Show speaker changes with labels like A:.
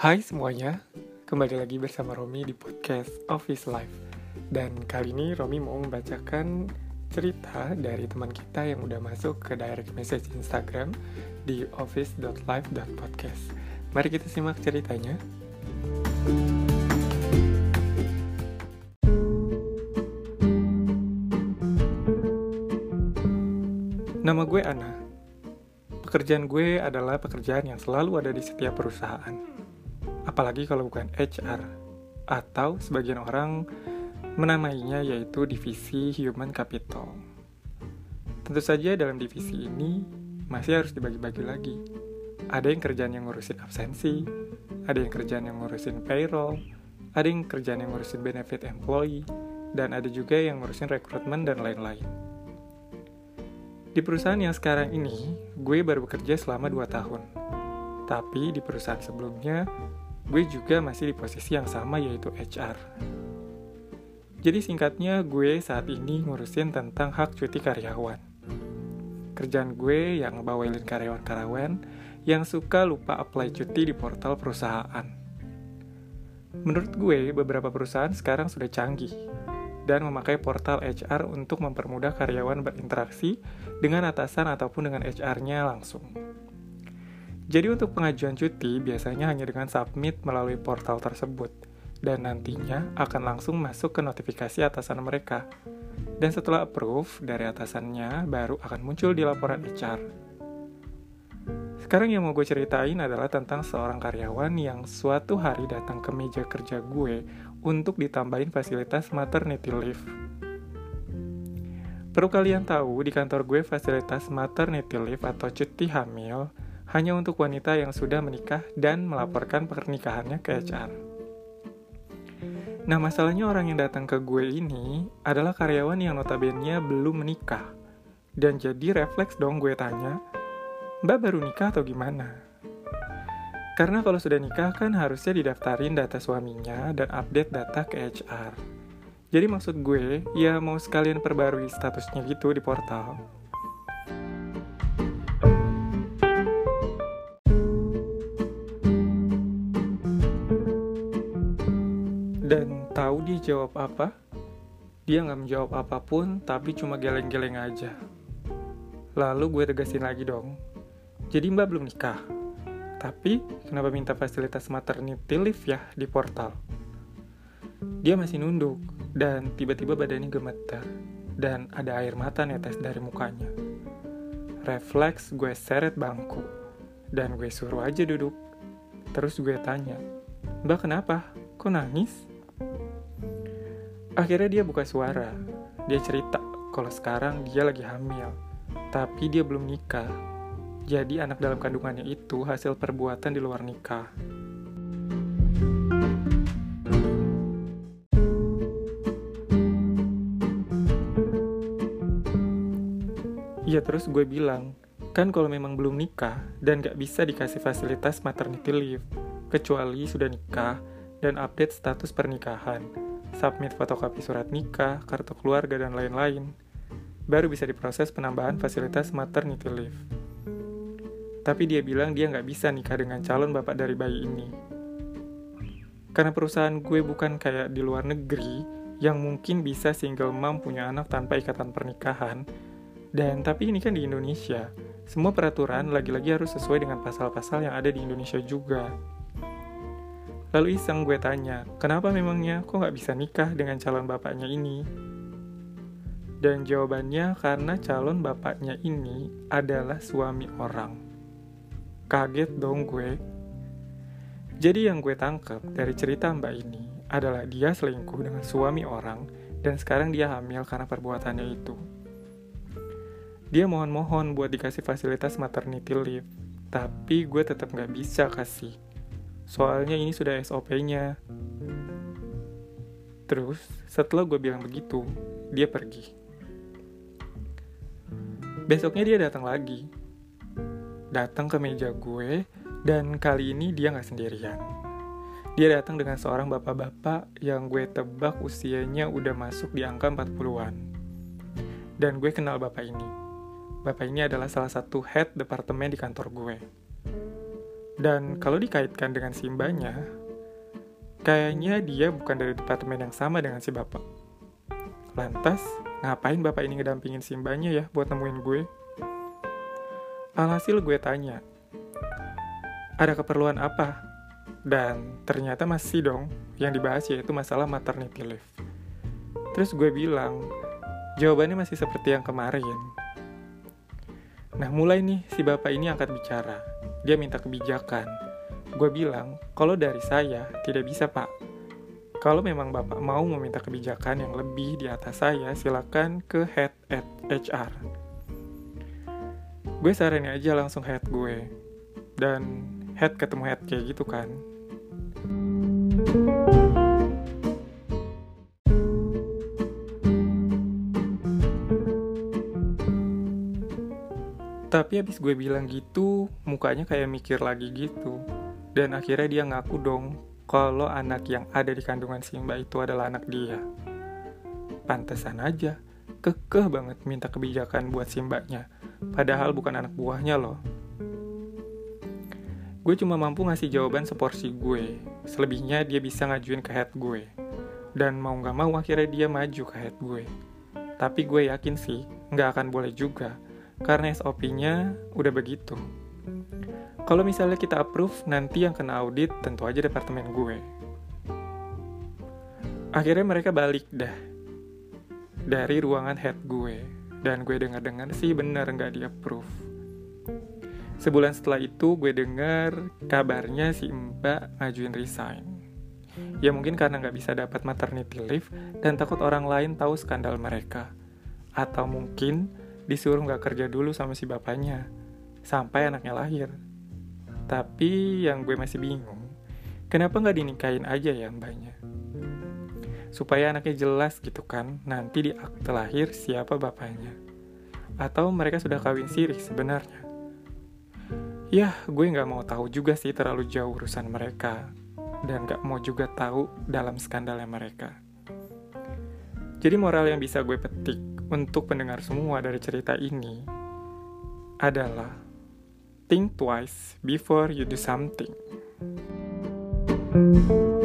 A: Hai semuanya, kembali lagi bersama Romi di podcast Office Life. Dan kali ini Romi mau membacakan cerita dari teman kita yang udah masuk ke direct message Instagram di office.life.podcast. Mari kita simak ceritanya. Nama gue Ana. Pekerjaan gue adalah pekerjaan yang selalu ada di setiap perusahaan. Apalagi kalau bukan HR, atau sebagian orang menamainya yaitu divisi Human Capital. Tentu saja dalam divisi ini masih harus dibagi-bagi lagi. Ada yang kerjaan yang ngurusin absensi, ada yang kerjaan yang ngurusin payroll, ada yang kerjaan yang ngurusin benefit employee, dan ada juga yang ngurusin rekrutmen dan lain-lain. Di perusahaan yang sekarang ini, gue baru bekerja selama 2 tahun. Tapi di perusahaan sebelumnya, gue juga masih di posisi yang sama yaitu HR. Jadi singkatnya gue saat ini ngurusin tentang hak cuti karyawan. Kerjaan gue yang ngebawelin karyawan-karyawan yang suka lupa apply cuti di portal perusahaan. Menurut gue beberapa perusahaan sekarang sudah canggih dan memakai portal HR untuk mempermudah karyawan berinteraksi dengan atasan ataupun dengan HR-nya langsung. Jadi untuk pengajuan cuti biasanya hanya dengan submit melalui portal tersebut dan nantinya akan langsung masuk ke notifikasi atasan mereka. Dan setelah approve dari atasannya baru akan muncul di laporan HR. Sekarang yang mau gue ceritain adalah tentang seorang karyawan yang suatu hari datang ke meja kerja gue untuk ditambahin fasilitas maternity leave. Perlu kalian tahu di kantor gue fasilitas maternity leave atau cuti hamil hanya untuk wanita yang sudah menikah dan melaporkan pernikahannya ke HR. Nah, masalahnya orang yang datang ke gue ini adalah karyawan yang notabene belum menikah. Dan jadi refleks dong gue tanya, "Mbak baru nikah atau gimana?" Karena kalau sudah nikah kan harusnya didaftarin data suaminya dan update data ke HR. Jadi maksud gue, ya mau sekalian perbarui statusnya gitu di portal. Dan tahu dia jawab apa? Dia nggak menjawab apapun, tapi cuma geleng-geleng aja. Lalu gue tegasin lagi dong. Jadi mbak belum nikah? Tapi kenapa minta fasilitas maternity leave ya di portal? Dia masih nunduk, dan tiba-tiba badannya gemetar, dan ada air mata netes dari mukanya. Refleks gue seret bangku, dan gue suruh aja duduk. Terus gue tanya, "Mbak kenapa? Kok nangis?" Akhirnya dia buka suara. Dia cerita kalau sekarang dia lagi hamil, tapi dia belum nikah. Jadi anak dalam kandungannya itu hasil perbuatan di luar nikah. Ya terus gue bilang, kan kalau memang belum nikah dan gak bisa dikasih fasilitas maternity leave, kecuali sudah nikah dan update status pernikahan, submit fotokopi surat nikah, kartu keluarga, dan lain-lain, baru bisa diproses penambahan fasilitas maternity leave. Tapi dia bilang dia nggak bisa nikah dengan calon bapak dari bayi ini. Karena perusahaan gue bukan kayak di luar negeri, yang mungkin bisa single mom punya anak tanpa ikatan pernikahan, dan tapi ini kan di Indonesia, semua peraturan lagi-lagi harus sesuai dengan pasal-pasal yang ada di Indonesia juga. Lalu iseng gue tanya, kenapa memangnya kok nggak bisa nikah dengan calon bapaknya ini? Dan jawabannya karena calon bapaknya ini adalah suami orang. Kaget dong gue. Jadi yang gue tangkap dari cerita mbak ini adalah dia selingkuh dengan suami orang dan sekarang dia hamil karena perbuatannya itu. Dia mohon-mohon buat dikasih fasilitas maternity leave, tapi gue tetap nggak bisa kasih. Soalnya ini sudah SOP-nya. Terus, setelah gue bilang begitu, dia pergi. Besoknya dia datang lagi. Datang ke meja gue, dan kali ini dia gak sendirian. Dia datang dengan seorang bapak-bapak yang gue tebak usianya udah masuk di angka 40-an. Dan gue kenal bapak ini. Bapak ini adalah salah satu head departemen di kantor gue. Dan kalau dikaitkan dengan Simbanya, kayaknya dia bukan dari departemen yang sama dengan si bapak. Lantas, ngapain bapak ini ngedampingin Simbanya ya buat nemuin gue? Alhasil gue tanya, ada keperluan apa? Dan ternyata masih dong, yang dibahas yaitu masalah maternity leave. Terus gue bilang, jawabannya masih seperti yang kemarin. Nah mulai nih si bapak ini angkat bicara. Dia minta kebijakan. Gue bilang, kalau dari saya tidak bisa pak. Kalau memang bapak mau meminta kebijakan yang lebih di atas saya, silakan ke head at HR. Gue saranin aja langsung head gue. Dan head ketemu head kayak gitu kan. Tapi abis gue bilang gitu, mukanya kayak mikir lagi gitu. Dan akhirnya dia ngaku dong, kalau anak yang ada di kandungan Simba itu adalah anak dia. Pantesan aja, kekeh banget minta kebijakan buat Simbanya. Padahal bukan anak buahnya loh. Gue cuma mampu ngasih jawaban seporsi gue. Selebihnya dia bisa ngajuin ke head gue. Dan mau gak mau akhirnya dia maju ke head gue. Tapi gue yakin sih, gak akan boleh juga. Karena SOP-nya udah begitu. Kalau misalnya kita approve, nanti yang kena audit tentu aja departemen gue. Akhirnya mereka balik dah dari ruangan head gue. Dan gue dengar-dengar sih bener gak di-approve. Sebulan setelah itu gue dengar kabarnya si Mbak ngajuin resign. Ya mungkin karena gak bisa dapat maternity leave dan takut orang lain tahu skandal mereka. Atau mungkin disuruh gak kerja dulu sama si bapaknya sampai anaknya lahir. Tapi yang gue masih bingung, kenapa gak dinikahin aja ya mbaknya? Supaya anaknya jelas gitu kan, nanti di akte lahir siapa bapaknya. Atau mereka sudah kawin siri sebenarnya. Yah, gue gak mau tahu juga sih terlalu jauh urusan mereka. Dan gak mau juga tahu dalam skandalnya mereka. Jadi moral yang bisa gue petik untuk pendengar semua dari cerita ini adalah think twice before you do something.